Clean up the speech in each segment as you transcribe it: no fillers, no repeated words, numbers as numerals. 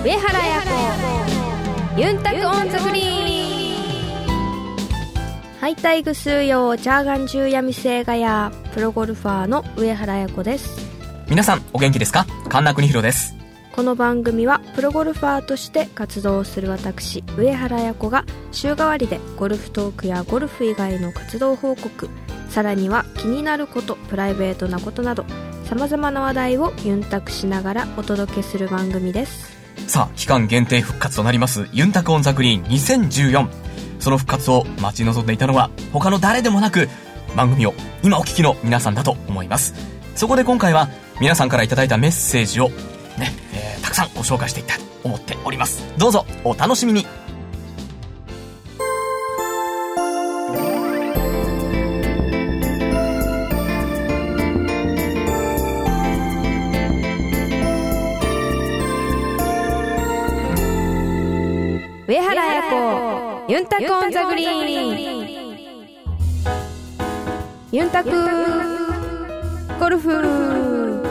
上原彩子ユンタクオンザグリーン。ハイタイグスーヨーチャーガンジューヤミセイガヤプロゴルファーの上原彩子です。 皆さんお元気ですか？神田邦弘です。 この番組はプロゴルファーとして活動する私上原彩子が週替わりでゴルフトークやゴルフ以外の活動報告、さらには気になること、プライベートなことなどさまざまな話題をユンタクしながらお届けする番組です。 さあ、期間限定復活となりますユンタクオンザグリーン2014。その復活を待ち望んでいたのは他の誰でもなく、番組を今お聞きの皆さんだと思います。そこで今回は皆さんからいただいたメッセージをね、たくさんご紹介していきたいと思っております。どうぞお楽しみに。 上原彩子ユンタクオンザグリーン。ユンタクゴルフ。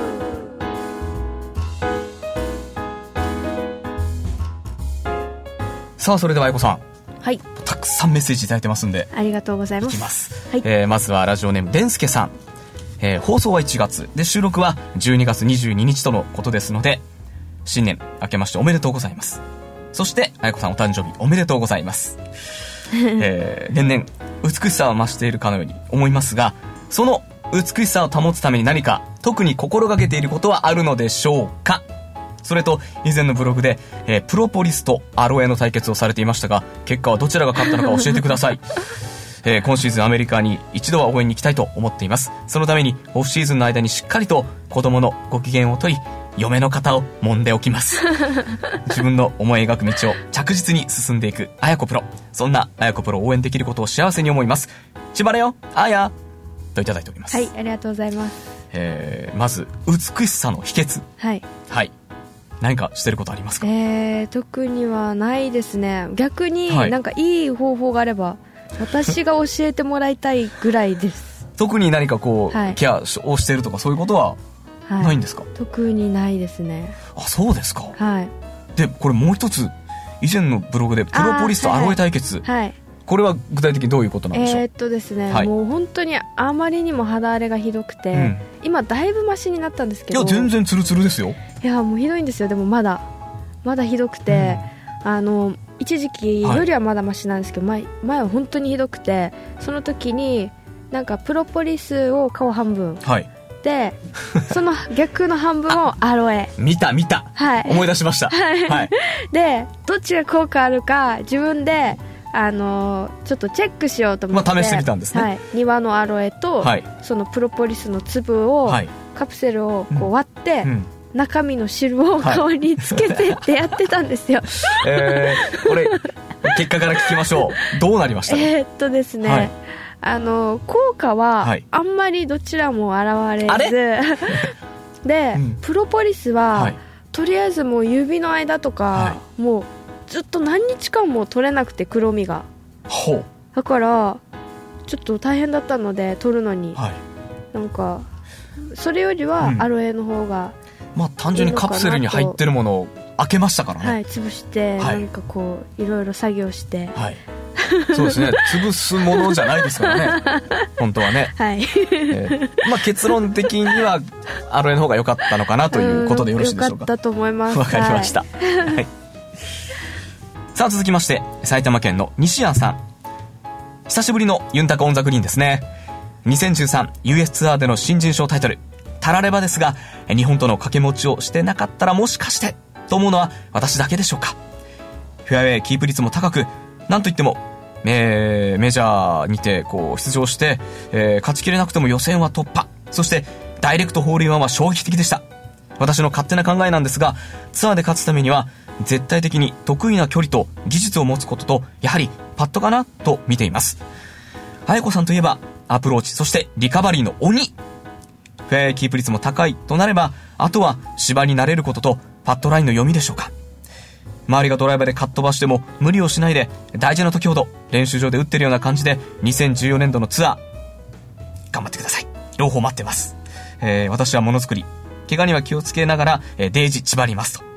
さあ、それでは彩子さん、 はい、 たくさんメッセージいただいてますんでありがとうございます。 いきます、 はい。 まずはラジオネームでんすけさん、放送は1月で収録は12月22日とのことですので、新年明けましておめでとうございます。そして彩子さんお誕生日おめでとうございます。年々美しさを増しているかのように思いますが、その美しさを保つために何か特に心がけていることはあるのでしょうか？それと以前のブログで、プロポリスとアロエの対決をされていましたが、結果はどちらが勝ったのか教えてください。今シーズンアメリカに一度は応援に行きたいと思っています。そのためにオフシーズンの間にしっかりと子供のご機嫌を取り、嫁の肩を揉んでおきます。自分の思い描く道を着実に進んでいくあやこプロ。そんなあやこプロを応援できることを幸せに思います。千葉れよあやといただいております。 はい、ありがとうございます。 まず美しさの秘訣。 はいはい、何かしてることありますか？ 特にはないですね。逆になんかいい方法があれば私が教えてもらいたいぐらいです。 特に何かこう、 はい、 ケアをしているとかそういうことはないんですか？ 特にないですね。 あ、そうですか。 はい。 で、これもう一つ以前のブログでプロポリスとアロエ対決、 はい、 これは具体的にどういうことなんでしょう？ ですね、 はい、 もう本当にあまりにも肌荒れがひどくて、今だいぶマシになったんですけど。 いや全然ツルツルですよ。 いやもうひどいんですよ。でもまだひどくて、一時期よりはまだマシなんですけど、前は本当にひどくて、その時になんかプロポリスを顔半分、 はい、 でその逆の半分をアロエ。 見た、はい、思い出しました。 はい、 はい、 でどっちが効果あるか自分でちょっとチェックしようと思って、 試してみたんですね。 はい、庭のアロエと、はい、そのプロポリスの粒を、はい、カプセルをこう割って、中身の汁を顔につけてってやってたんですよ。 これ結果から聞きましょう。どうなりましたか？ ですね、はい、効果はあんまりどちらも現れず、で、プロポリスは、はい、とりあえずもう指の間とか、はい、もうずっと何日間も取れなくて、黒みが。 ほう。 だからちょっと大変だったので取るのに、はい、なんかそれよりはアロエの方が、 まあ単純にカプセルに入ってるものを開けましたからね。 はい、潰して、はい、なんかこういろいろ作業して、 はい、そうですね。潰すものじゃないですからね。本当はね。 はい。 まあ結論的にはアロエの方が良かったのかなということでよろしいでしょうか？ 良かったと思います。 わかりました。はい。さあ続きまして埼玉県の西安さん、久しぶりのユンタクオンザグリーンですね。2013US ツアーでの新人賞タイトル、たらればですが日本との掛け持ちをしてなかったらもしかしてと思うのは私だけでしょうか？フェアウェイキープ率も高く、なんといってもメジャーにてこう出場して、勝ちきれなくても予選は突破、そしてダイレクトホールインワンは衝撃的でした。私の勝手な考えなんですが、ツアーで勝つためには絶対的に得意な距離と技術を持つことと、やはりパットかなと見ています。彩子さんといえばアプローチ、そしてリカバリーの鬼。フェアウェイキープ率も高いとなれば、あとは芝に慣れることとパットラインの読みでしょうか。周りがドライバーでかっ飛ばしても無理をしないで、大事な時ほど練習場で打ってるような感じで2014年度のツアー頑張ってください。朗報待ってます。私はものづくり、怪我には気をつけながら、デイジ縛りますと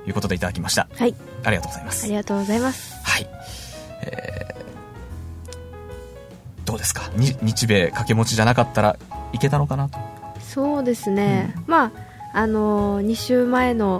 いうことでいただきました。 はい、 ありがとうございます。 ありがとうございます。 はい、どうですか、日米掛け持ちじゃなかったらいけたのかなと。 そうですね、まあ2週前の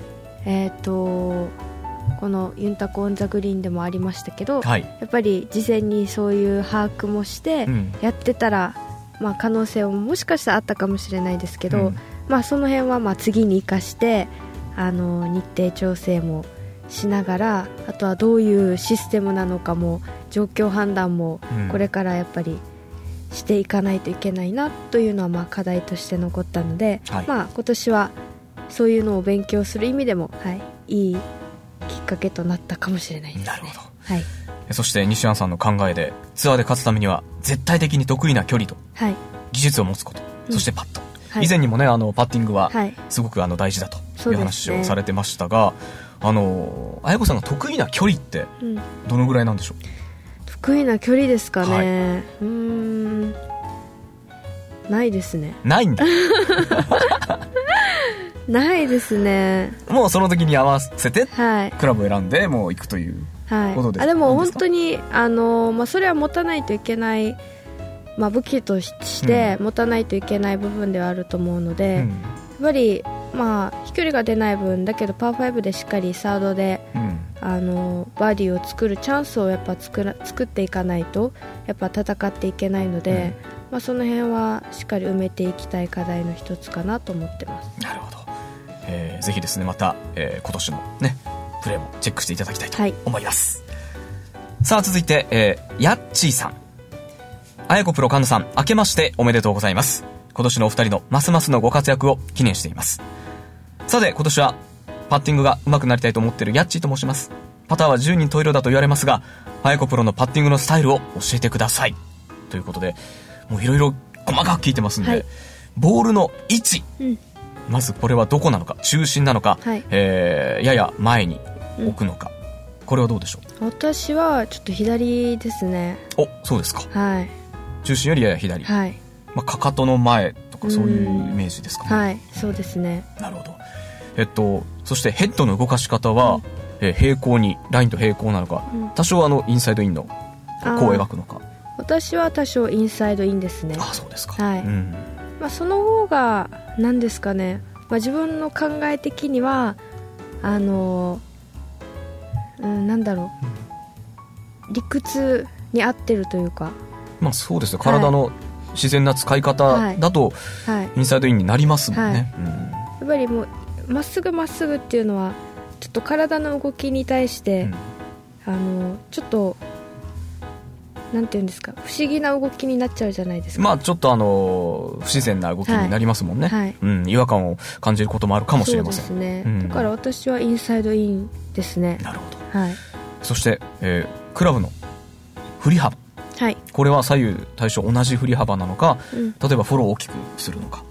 このユンタコオンザグリーンでもありましたけど、 はい、 やっぱり事前にそういう把握もしてやってたら、まあ、可能性ももしかしたらあったかもしれないですけど、まあ、その辺はまあ次に生かして日程調整もしながら、あとはどういうシステムなのかも状況判断もこれからやっぱりしていかないといけないなというのはまあ課題として残ったので、 はい、 まあ、今年はそういうのを勉強する意味でも、はい、いいきっかけとなったかもしれないですね。 なるほど、 はい、 そして西安さんの考えでツアーで勝つためには絶対的に得意な距離と技術を持つこと、そしてパット、以前にもねパッティングはすごく大事だという話をされてましたが、綾子さんが得意な距離ってどのぐらいなんでしょう。 得意な距離ですかね、ないですね。 ないんだないですね。 もうその時に合わせてクラブを選んでもう行くということですか。 でも本当にそれは持たないといけない、武器として持たないといけない部分ではあると思うので、やっぱり飛距離が出ない分だけどパー5でしっかりサードで、バーディーを作るチャンスをやっぱ作っていかないとやっぱ戦っていけないので、その辺はしっかり埋めていきたい課題の一つかなと思ってます。なるほど、 ぜひですねまた、今年のねプレーもチェックしていただきたいと思います、さあ続いて、ヤッチーさん、綾子プロ菅野さん、明けましておめでとうございます。今年のお二人のますますのご活躍を記念しています。さて今年はパッティングが上手くなりたいと思っているヤッチーと申します。パターは10人十色だと言われますが、綾子プロのパッティングのスタイルを教えてくださいということで、もういろいろ細かく聞いてますんで、ボールの位置、まずこれはどこなのか、中心なのか、やや前に置くのか、これはどうでしょう。 私はちょっと左ですね。 お、そうですか。 はい、 中心よりやや左、かかとの前とかそういうイメージですかね。 はい、そうですね。 なるほど。そしてヘッドの動かし方は、平行にラインと平行なのか、多少インサイドインのこう描くのか。 私は多少インサイドインですね。 そうですか。 はい、その方が何ですかね、自分の考え的にはなんだろう、理屈に合ってるというか、 そうですね、体の自然な使い方だとインサイドインになりますもんね。 やっぱりもうまっすぐまっすぐっていうのはちょっと体の動きに対して、ちょっとなんていうんですか、不思議な動きになっちゃうじゃないですか。 ちょっと不自然な動きになりますもんね。違和感を感じることもあるかもしれません。 そうですね、だから私はインサイドインですね。 なるほど、そして、クラブの振り幅、これは左右対称同じ振り幅なのか、例えばフォローを大きくするのか。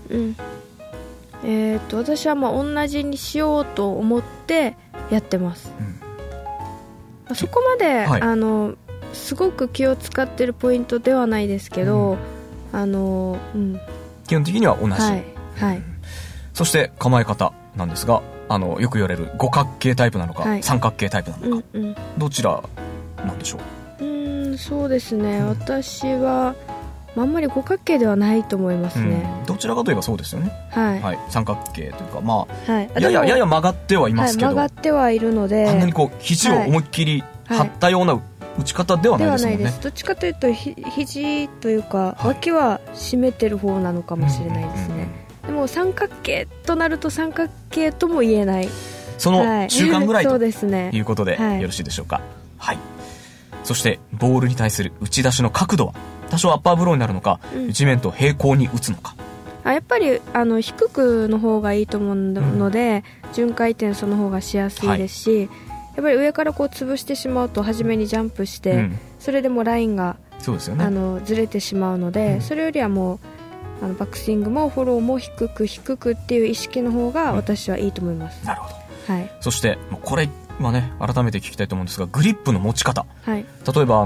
私は同じにしようと思ってやってます、そこまで、すごく気を使ってるポイントではないですけど、基本的には同じ、そして構え方なんですが、よく言われる五角形タイプなのか、三角形タイプなのか、どちらなんでしょう。 そうですね、私はあんまり五角形ではないと思いますね。 どちらかといえばそうですよね。三角形というか、やや曲がってはいますけど、 曲がってはいるので、 あんなに肘を思いっきり張ったような打ち方ではないですもんね。 どっちかというと肘というか、脇は締めてる方なのかもしれないですね。でも三角形となると三角形とも言えない、 その中間ぐらいということでよろしいでしょうか。そしてボールに対する打ち出しの角度は多少アッパーブローになるのか、地面と平行に打つのか。 やっぱり低くの方がいいと思うので、順回転その方がしやすいですし、やっぱり上からこう潰してしまうと初めにジャンプして、それでもラインがずれてしまうので、それよりはもうバックスイングもフォローも低く低くっていう意識の方が私はいいと思います。 なるほど。そしてこれはね改めて聞きたいと思うんですが、グリップの持ち方、例えば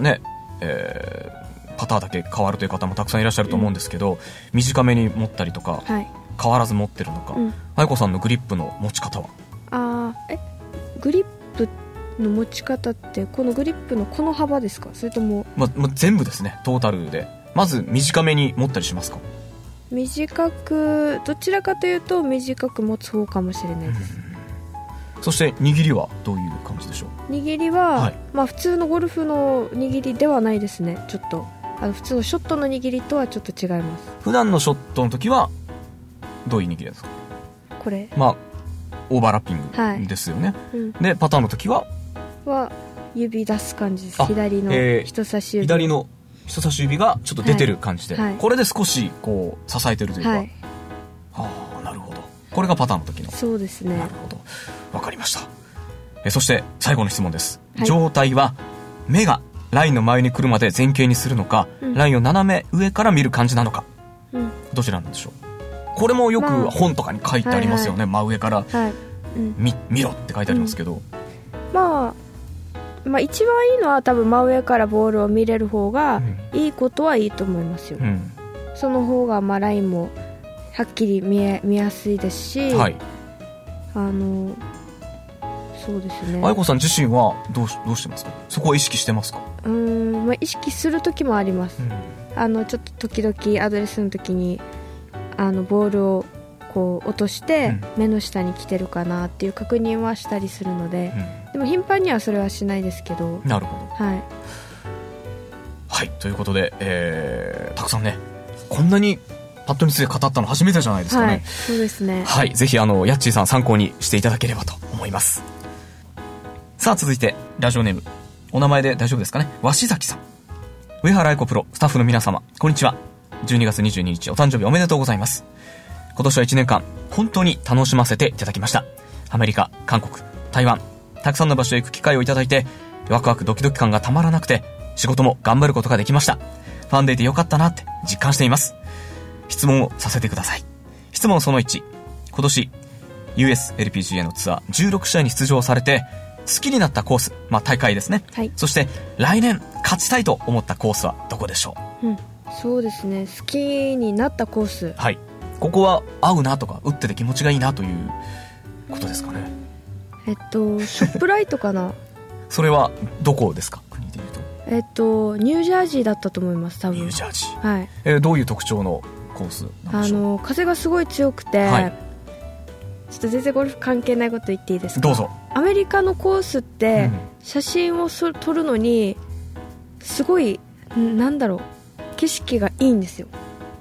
パターだけ変わるという方もたくさんいらっしゃると思うんですけど、短めに持ったりとか、変わらず持ってるのか、愛子さんのグリップの持ち方は。 グリップの持ち方ってこのグリップのこの幅ですか、それとも、 全部ですね、トータルで。まず短めに持ったりしますか？ 短く、どちらかというと短く持つ方かもしれないです。 そして握りはどういう感じでしょう？ 握りは、普通のゴルフの握りではないですね。ちょっと普通のショットの握りとはちょっと違います。 普段のショットの時はどういう握りですか？ これオーバーラッピングですよね、でパターンの時は指出す感じです。左の人差し指、 左の人差し指がちょっと出てる感じで、これで少しこう支えてるというか、なるほど。これがパターンの時の。 そうですね。 なるほど、わかりました。そして最後の質問です。状態は目がラインの前に来るまで前傾にするのか、ラインを斜め上から見る感じなのか、どちらなんでしょう？これもよく本とかに書いてありますよね、真上から、見ろって書いてありますけど、 一番いいのは多分真上からボールを見れる方がいいことはいいと思いますよ、その方がラインもはっきり見やすいですし、そうですね。 愛子さん自身はどうしてますか？そこは意識してますか？ 意識する時もあります、ちょっと時々アドレスの時にボールをこう落として目の下に来てるかなっていう確認はしたりするので、でも頻繁にはそれはしないですけど。 なるほど。はい、ということで、たくさんね、こんなにパットについて語ったの初めてじゃないですかね。 そうですね。 はい、ぜひヤッチーさん参考にしていただければと思います。さあ続いてラジオネーム、お名前で大丈夫ですかね、鷲崎さん。上原愛子プロスタッフの皆様、こんにちは。12月22日お誕生日おめでとうございます。今年は1年間本当に楽しませていただきました。アメリカ、韓国、台湾、たくさんの場所へ行く機会をいただいて、ワクワクドキドキ感がたまらなくて、仕事も頑張ることができました。ファンでいてよかったなって実感しています。質問をさせてください。質問その1、今年 USLPGA のツアー16試合に出場されて好きになったコース、大会ですね、そして来年勝ちたいと思ったコースはどこでしょう？ そうですね、好きになったコース、 ここは合うなとか打ってて気持ちがいいなということですかね。 ショップライトかなそれはどこですか、国でいうと？ ニュージャージーだったと思います、多分。 ニュージャージー、どういう特徴のコースなんでしょう？ 風がすごい強くて、ちょっと全然ゴルフ関係ないこと言っていいですか？ どうぞ。 アメリカのコースって写真を撮るのにすごい景色がいいんですよ。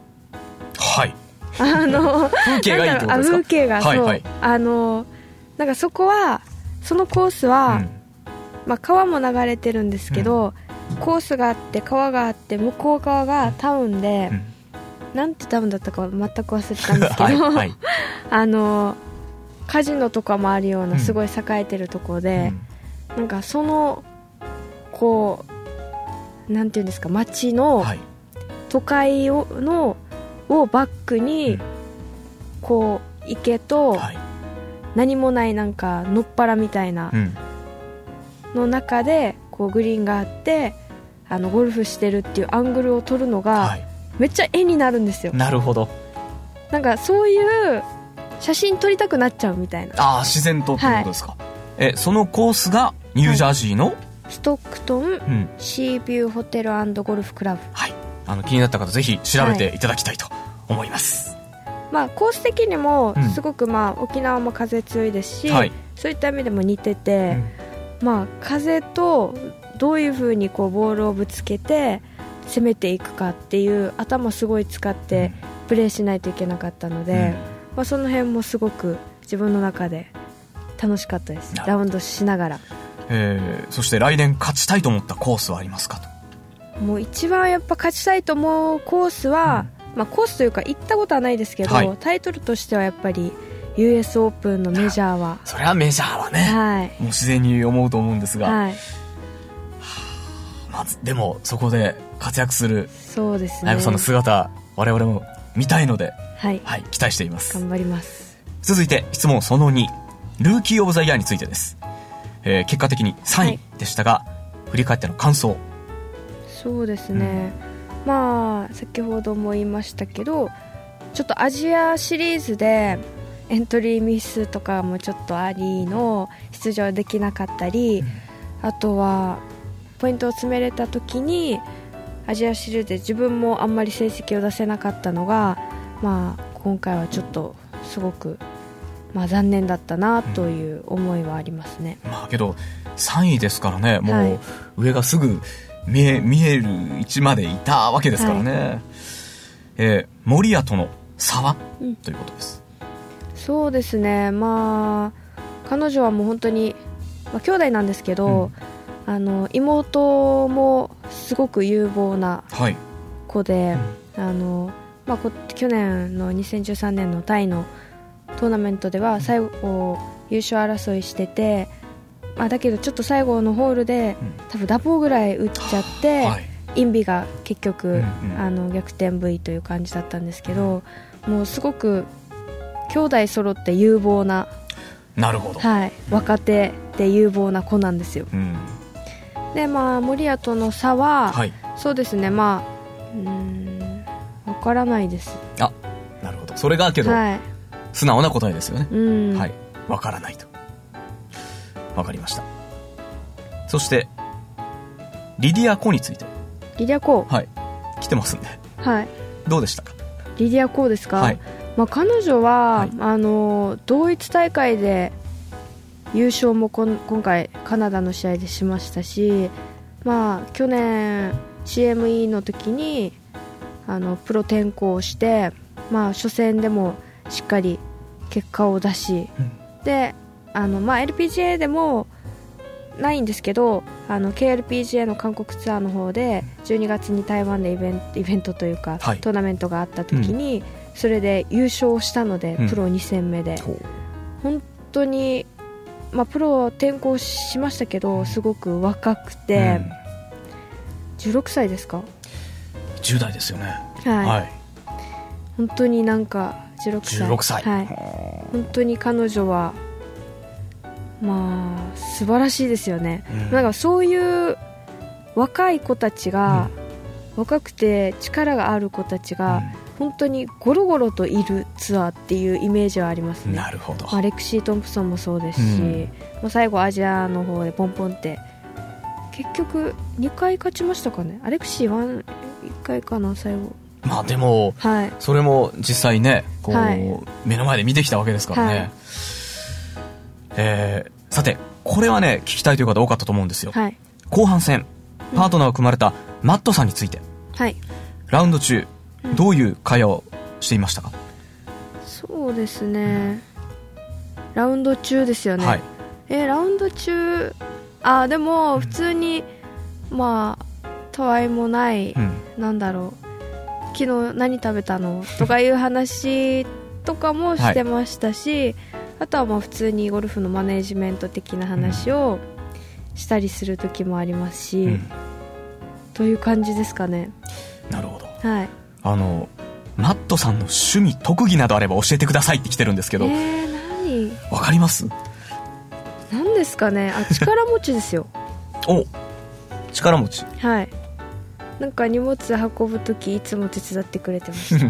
風景がいいってことですか？ 風景がなんかそのコースは、川も流れてるんですけど、コースがあって川があって向こう側がタウンで、なんてタウンだったか全く忘れたんですけど、カジノとかもあるようなすごい栄えてるところで、なんかそのこうなんていうんですか、街の都会をバックにこう池と何もないなんかのっぱらみたいなの中でこうグリーンがあってゴルフしてるっていうアングルを撮るのがめっちゃ絵になるんですよ。 なるほど。 なんかそういう写真撮りたくなっちゃうみたいな。 自然とってことですか？そのコースがニュージャージーの、 ストックトン、シービューホテル&ゴルフクラブ。 気になった方ぜひ調べていただきたいと思います。 コース的にもすごく沖縄も風強いですし、そういった意味でも似てて、風とどういう風にこうボールをぶつけて攻めていくかっていう頭すごい使ってプレーしないといけなかったので、その辺もすごく自分の中で楽しかったです。ラウンドしながら。 そして来年勝ちたいと思ったコースはありますかと？ もう一番やっぱ勝ちたいと思うコースは、コースというか行ったことはないですけど、タイトルとしてはやっぱり US オープンのメジャーは、 それはメジャーはね、もう自然に思うと思うんですが、でもそこで活躍する愛子さんの姿、我々も見たいので、期待しています。 頑張ります。 続いて質問その2、ルーキーオブザイヤーについてです。結果的に3位でしたが、振り返っての感想。 そうですね、先ほども言いましたけど、ちょっとアジアシリーズでエントリーミスとかもちょっとありの出場できなかったり、あとはポイントを詰めれた時にアジアシリーズで自分もあんまり成績を出せなかったのが、まあ、今回はちょっとすごく、まあ、残念だったなという思いはありますね。 まあけど3位ですからね、もう上がすぐ見える位置までいたわけですからね、森谷との差は、ということです。 そうですね、まあ彼女はもう本当に、まあ、兄弟なんですけど、妹もすごく有望な子で、まあ、去年の2013年のタイのトーナメントでは最後優勝争いしてて、まあ、だけどちょっと最後のホールで多分ダボぐらい打っちゃって、インビが結局、逆転 V という感じだったんですけど、もうすごく兄弟揃って有望な、 なるほど、 若手で有望な子なんですよ。で、まあ、森谷との差は、そうですね、まあわからないです。 あ、なるほど。それがけど、素直な答えですよね。わからないと。わかりました。そしてリディア・コについて。 リディア・コ、 来てますんで、どうでしたか。 リディア・コですか。まあ、彼女は、同一大会で優勝も今回カナダの試合でしましたし、まあ、去年 CME の時にプロ転向して、まあ、初戦でもしっかり結果を出し、でまあ、LPGA でもないんですけど、KLPGA の韓国ツアーの方で12月に台湾でイベントというか、トーナメントがあった時に、それで優勝したので、プロ2戦目で、本当に、まあ、プロ転向しましたけど、すごく若くて、16歳ですか。 10代ですよね。 本当になんか16歳、本当に彼女はまあ素晴らしいですよね。なんかそういう若い子たちが、若くて力がある子たちが、本当にゴロゴロといるツアーっていうイメージはありますね。 なるほど。 まあ、レクシー・トンプソンもそうですし、まあ、最後アジアの方でポンポンって結局2回勝ちましたかね。アレクシーは1回かな最後。 まあでも、それも実際ねこう、目の前で見てきたわけですからね。さてこれはね聞きたいという方多かったと思うんですよ。後半戦パートナーを組まれたマットさんについて、ラウンド中どういう会話をしていましたか。 そうですね、ラウンド中ですよね。ラウンド中、でも普通に、まあたわいもない、なんだろう、昨日何食べたのとかいう話とかもしてましたし、あとはまあ普通にゴルフのマネージメント的な話をしたりする時もありますし、という感じですかね。 なるほど。マットさんの趣味特技などあれば教えてくださいって来てるんですけど、 何わかります？ 何ですかね。力持ちですよ。 お、力持ち。 なんか荷物運ぶときいつも手伝ってくれてました。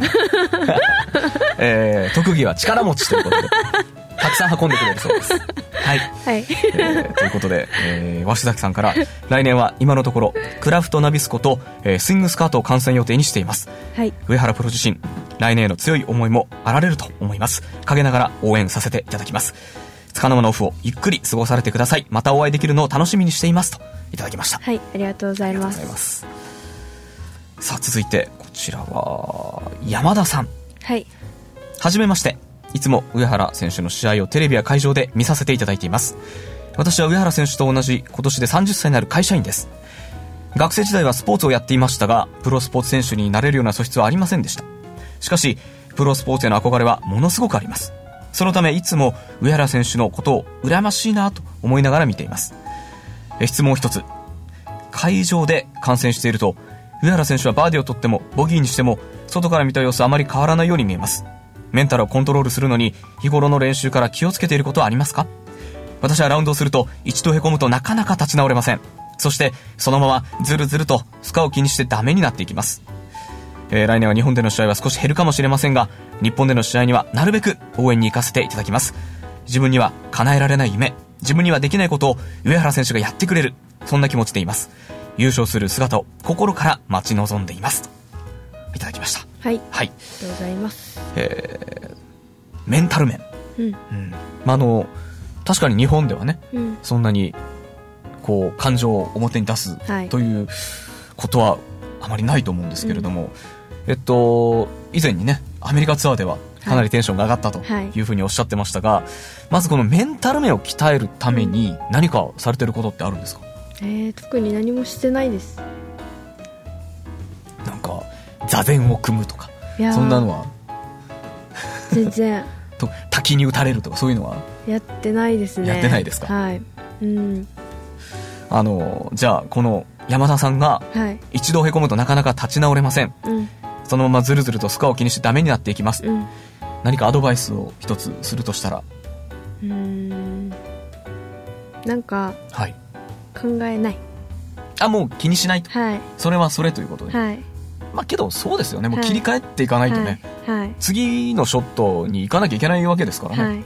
特技は力持ちということでたくさん運んでくれるそうです。ということで、鷲崎さんから来年は今のところクラフトナビスコと、スイングスカートを観戦予定にしています。上原プロ自身来年への強い思いもあられると思います。陰ながら応援させていただきます。束の間のオフをゆっくり過ごされてください。またお会いできるのを楽しみにしていますといただきました。 ありがとうございます。 さあ続いてこちらは山田さん。はじめまして。いつも上原選手の試合をテレビや会場で見させていただいています。私は上原選手と同じ今年で30歳になる会社員です。学生時代はスポーツをやっていましたが、プロスポーツ選手になれるような素質はありませんでした。しかしプロスポーツへの憧れはものすごくあります。そのためいつも上原選手のことを羨ましいなと思いながら見ています。質問一つ。会場で観戦していると上原選手はバーディを取ってもボギーにしても外から見た様子あまり変わらないように見えます。メンタルをコントロールするのに日頃の練習から気をつけていることはありますか？私はラウンドをすると一度へこむとなかなか立ち直れません。そしてそのままずるずるとスコアを気にしてダメになっていきます。 来年は日本での試合は少し減るかもしれませんが、日本での試合にはなるべく応援に行かせていただきます。自分には叶えられない夢、自分にはできないことを上原選手がやってくれる、そんな気持ちでいます。優勝する姿を心から待ち望んでいます。いただきました。 はい、 はい、 ありがとうございます。 メンタル面、確かに日本ではね、そんなにこう感情を表に出すということはあまりないと思うんですけれども、以前にねアメリカツアーではかなりテンションが上がったというふうにおっしゃってましたが、まずこのメンタル面を鍛えるために何かされてることってあるんですか？ 特に何もしてないです。 なんか座禅を組むとか、そんなのは全然滝に打たれるとかそういうのはやってないですね。 やってないですか？ はい、 じゃあこの山田さんが一度へこむとなかなか立ち直れません、そのままずるずるとスコアを気にしてダメになっていきます、何かアドバイスを一つするとしたら、 なんか、考えない、 もう気にしないと、それはそれということで、けどそうですよね、もう切り替えていかないとね、次のショットに行かなきゃいけないわけですからね、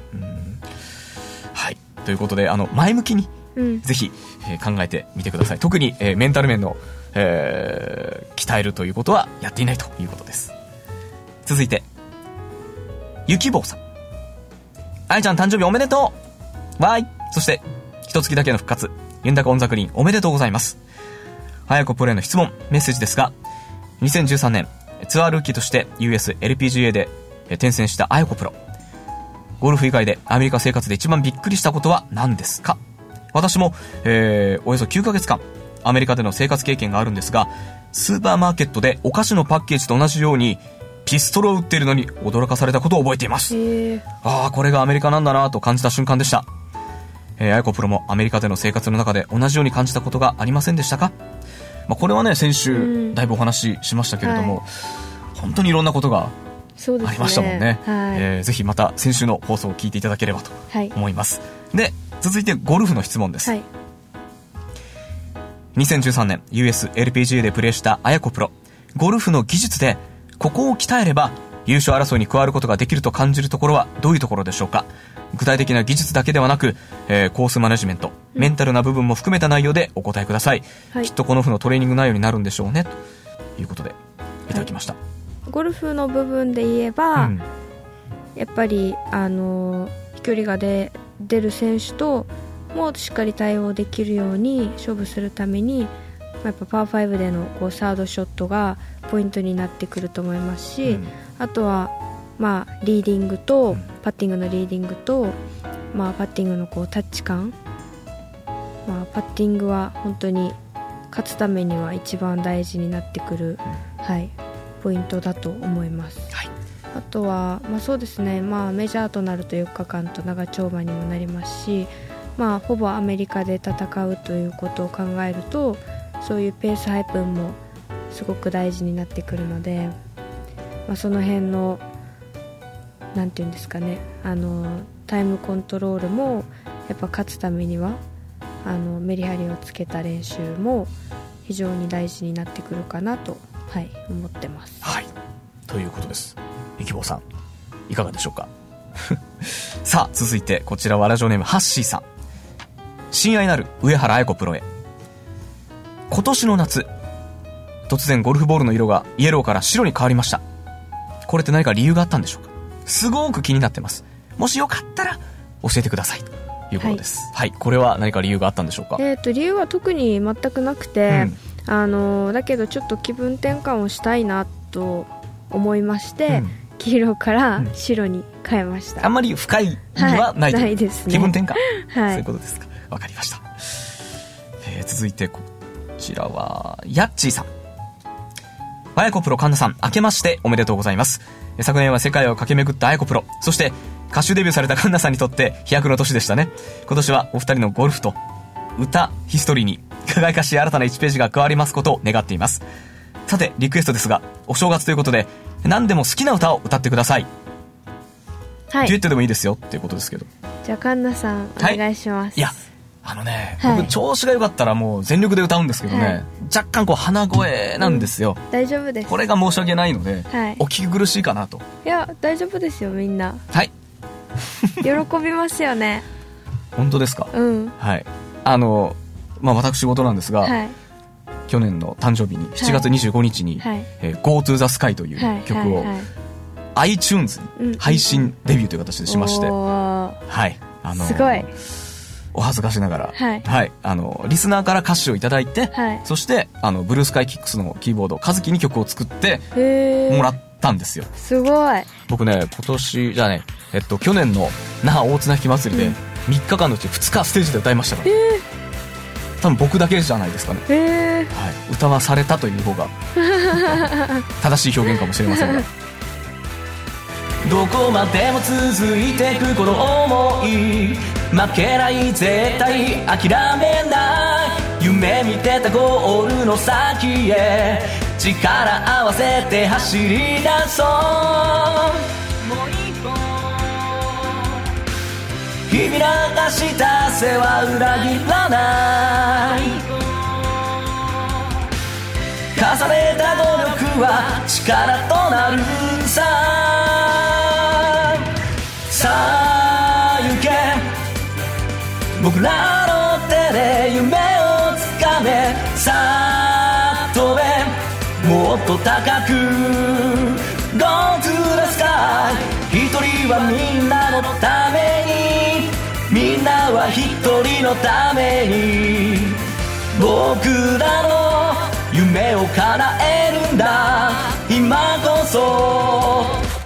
ということで前向きにぜひ、考えてみてください。特に、メンタル面の、鍛えるということはやっていないということです。続いてゆきぼうさん、あいちゃん誕生日おめでとうわーい。そして一月だけの復活、ユンタカオンザクリーンおめでとうございます。あやこプロへの質問メッセージですが、2013年ツアールーキーとして US LPGA で転戦したあやこプロ、ゴルフ以外でアメリカ生活で一番びっくりしたことは何ですか？私も、およそ9ヶ月間アメリカでの生活経験があるんですが、スーパーマーケットでお菓子のパッケージと同じようにピストルを売っているのに驚かされたことを覚えています。これがアメリカなんだなと感じた瞬間でした。あやこプロもアメリカでの生活の中で同じように感じたことがありませんでしたか？これはね先週だいぶお話ししましたけれども、本当にいろんなことがありましたもんね。ぜひまた先週の放送を聞いていただければと思います、で続いてゴルフの質問です、2013年 US LPGA でプレーしたあやこプロ、ゴルフの技術でここを鍛えれば優勝争いに加わることができると感じるところはどういうところでしょうか？具体的な技術だけではなく、コースマネジメント、メンタルな部分も含めた内容でお答えください、きっとこのオフのトレーニング内容になるんでしょうねということでいただきました。 ゴルフの部分で言えば、やっぱり飛距離が出る選手ともしっかり対応できるように勝負するために、やっぱパー5でのサードショットがポイントになってくると思いますし、あとはリーディングと、パッティングのリーディングと、パッティングのタッチ感、パッティングは本当に勝つためには一番大事になってくる、ポイントだと思います、あとは、そうですね、メジャーとなると4日間と長丁場にもなりますし、ほぼアメリカで戦うということを考えると、そういうペース配分もすごく大事になってくるので、その辺のなんていうんですかね、タイムコントロールもやっぱ勝つためにはメリハリをつけた練習も非常に大事になってくるかなと、思ってます。 ということです。ゆきぼうさんいかがでしょうか？さあ続いてこちらはラジオネームハッシーさん、親愛なる上原あやこプロへ。今年の夏突然ゴルフボールの色がイエローから白に変わりました。これって何か理由があったんでしょうか？すごく気になってます。もしよかったら教えてくださいということです。これは何か理由があったんでしょうか？ 理由は特に全くなくて、だけどちょっと気分転換をしたいなと思いまして、黄色から白に変えました。 あんまり深い意味はないという、 ないですね。 気分転換、そういうことですか。わかりました。続いてこちらはヤッチーさん、あやこプロ神田さん、明けましておめでとうございます。昨年は世界を駆け巡ったあやこプロ、そして歌手デビューされた神田さんにとって飛躍の年でしたね。今年はお二人のゴルフと歌ヒストリーに輝かしい新たな1ページが加わりますことを願っています。さてリクエストですが、お正月ということで何でも好きな歌を歌ってください。デュエットでもいいですよっていうことですけど。 じゃあ神田さんお願いします。 いやはい、 僕調子が良かったらもう全力で歌うんですけどね、はい、若干こう鼻声なんですよ、 大丈夫です。 これが申し訳ないので、 はい、 お聞き苦しいかなと。 いや大丈夫ですよ、みんな。 はい喜びますよね。 本当ですか。はい。私事なんですが、はい、去年の誕生日に7月25日に、はいGo to the Sky という曲を、はいはいはい、iTunes に配信デビューという形でしまして、はい、 すごいお恥ずかしながら、 はいはい、リスナーから歌詞をいただいて、はい、そしてブルースカイキックスのキーボード和樹に曲を作ってもらったんですよ。 すごい。 僕ね、去年の那覇大綱引き祭りで3日間のうち2日ステージで歌いましたから、多分僕だけじゃないですかね、はい、歌わされたという方が正しい表現かもしれませんがどこまでも続いていくこの想い、負けない絶対諦めない、夢見てたゴールの先へ力合わせて走り出そう、もう一歩日々流した汗は裏切らない、重ねた努力は力となるさ、さあ行け僕らの手で夢をつかめ、さあ飛べもっと高く Go to the sky、 一人はみんなのために、みんなは一人のために、僕らの夢を叶えるんだ今こそ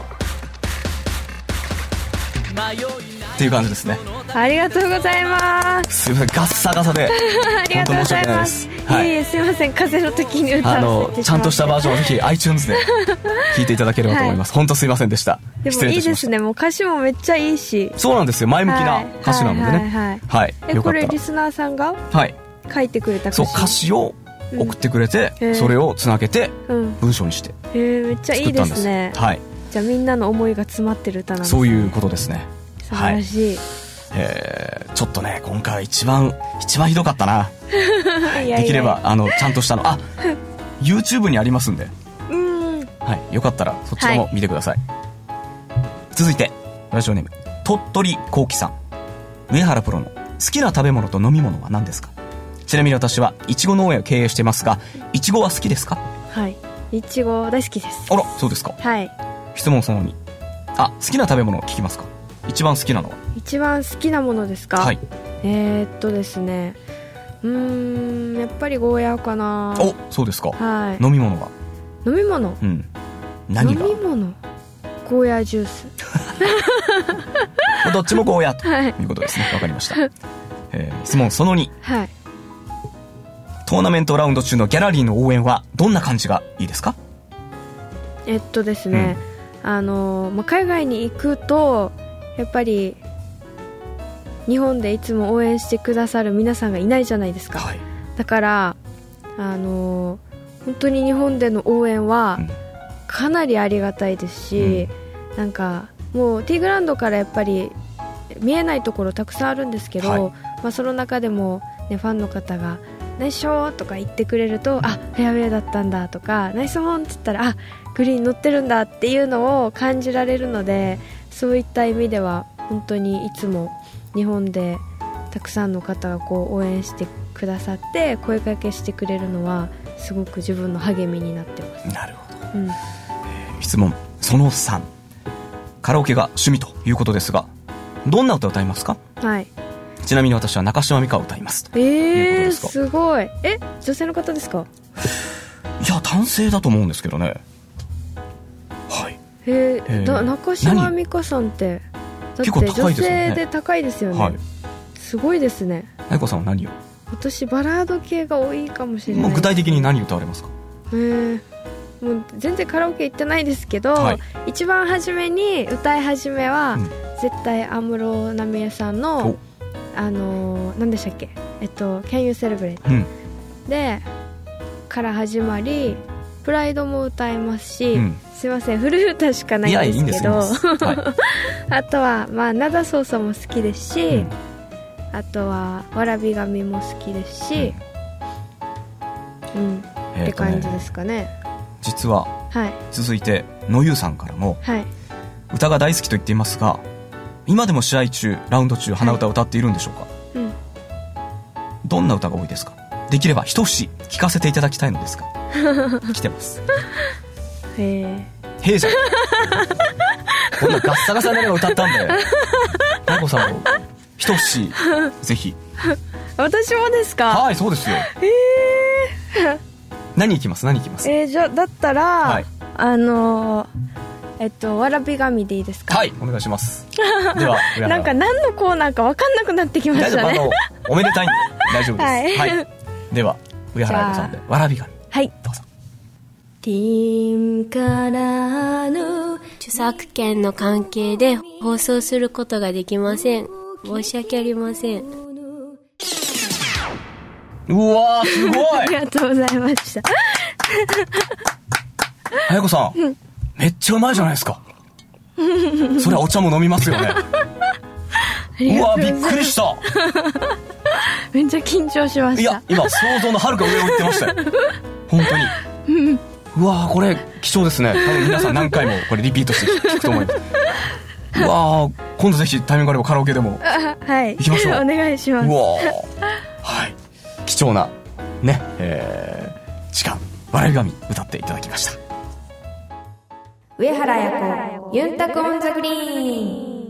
っていう感じですね。 ありがとうございます。 すいません、ガッサガサでありがとうございます。はい、すいません、風の時に歌わせてちゃんとしたバージョンをぜひ iTunes で聴いていただければと思います、はい、本当すいませんでした。 でもいいですね、もう歌詞もめっちゃいいし。 そうなんですよ、前向きな歌詞なのでね、はい、 これリスナーさんが書いてくれた歌詞、 そう歌詞を送ってくれて、それをつなげて文章にしてめっちゃいいですね。 はい、じゃあみんなの思いが詰まってる歌なんですね。 そういうことですね。 素晴らしい、 ちょっとね今回一番ひどかったなできればちゃんとしたのYouTube にありますんで、はい、よかったらそっちも見てください、続いてラジオネーム鳥取こうきさん、上原プロの好きな食べ物と飲み物は何ですか。ちなみに私はいちご農園を経営してますが、いちごは好きですか。 はい、いちご大好きです。 あら、そうですか。 はい。 質問その2、好きな食べ物を聞きますか。一番好きなのは。 一番好きなものですか。 はい。 ですね、やっぱりゴーヤーかな。 お、そうですか。 はい。 飲み物は。 飲み物、 何が。 飲み物、ゴーヤージュースどっちもゴーヤーということですね。わかりました、質問その2、 はい。 トーナメントラウンド中のギャラリーの応援はどんな感じがいいですか。 ですね、海外に行くとやっぱり日本でいつも応援してくださる皆さんがいないじゃないですか、はい、だから本当に日本での応援はかなりありがたいですし、なんかもうティーグラウンドからやっぱり見えないところたくさんあるんですけど、その中でも、ね、ファンの方がナイスショーとか言ってくれると、フェアウェイだったんだとか、ナイスホーンって言ったらグリーン乗ってるんだっていうのを感じられるので、そういった意味では本当にいつも日本でたくさんの方がこう応援してくださって声かけしてくれるのはすごく自分の励みになってます。 なるほど、質問その3、カラオケが趣味ということですが、どんな歌を歌いますか。 はい。 ちなみに私は中島美嘉を歌いますということですか。 すごい。女性の方ですか。 いや男性だと思うんですけどね。はい。 中島美嘉さんってだって女性で高いですよね。はい、すごいですね。 愛子さんは何を。 私バラード系が多いかもしれない。 もう具体的に何歌われますか。 もう全然カラオケ行ってないですけど、一番初めに歌い始めは、絶対安室奈美恵さんの何でしたっけ、Can You Celebrate、でから始まり、プライドも歌いますし、すいません古い歌しかないんですけどあとはナダソーソも好きですし、 あとはわらび紙も好きですし、って感じですかね。 実は、 はい、 続いてのゆうさんからも、 はい、 歌が大好きと言っていますが、今でも試合中ラウンド中鼻歌を歌っているんでしょうか？どんな歌が多いですか？できれば一節聞かせていただきたいのですが来てます。へえじゃんこんなガッサガサになれば歌ったんだよ。あやこさんも一節ぜひ。 私もですか？ はい、そうですよ。何いきます？じゃあだったら、 はい、わらび紙でいいですか？ はい、お願いします。ではなんか何のコーナーか分かんなくなってきましたね。 おめでたいんで大丈夫です。はい、では上原彩子さんでわらび紙、 はい、 どうぞ。 ティーンからの著作権の関係で放送することができません。申し訳ありません。 うわー、すごいありがとうございました。 彩子さん、めっちゃうまいじゃないですか。そりゃお茶も飲みますよね。うわー、びっくりした。 めっちゃ緊張しました。 いや、今想像のはるか上を言ってましたよ。本当に。うわー、これ貴重ですね。多分皆さん何回もこれリピートして聞くと思います。うわー、今度ぜひタイミングがあればカラオケでも行きましょう。 お願いします。 うわー、はい、貴重なね、時間、わらび紙歌っていただきました。 上原彩子ユンタクオンザグリーン。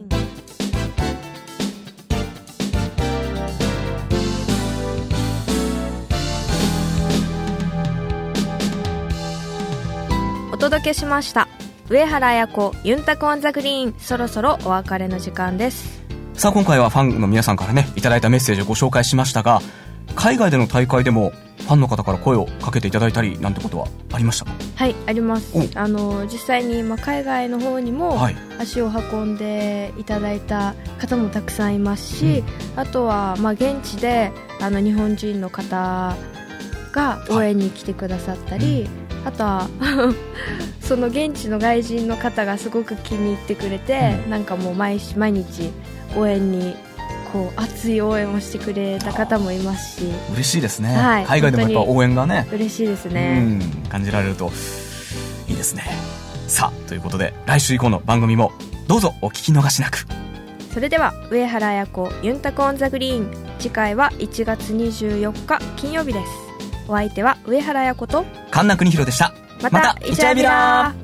お届けしました上原彩子ユンタクオンザグリーン。そろそろお別れの時間です。 さあ、今回はファンの皆さんからねいただいたメッセージをご紹介しましたが、海外での大会でもファンの方から声をかけていただいたりなんてことはありましたか？ はい、あります。実際に海外の方にも足を運んでいただいた方もたくさんいますし、あとは現地で日本人の方が応援に来てくださったり、あとはその現地の外人の方がすごく気に入ってくれて、なんかもう毎日応援に熱い応援をしてくれた方もいますし、 嬉しいですね、 はい、 海外でもやっぱ応援がね嬉しいですね、 感じられるといいですね。さあ、ということで来週以降の番組もどうぞお聞き逃しなく。それでは上原彩子ユンタクオンザグリーン、次回は1月24日金曜日です。お相手は上原彩子と神田邦弘でした。 またイチャビラー。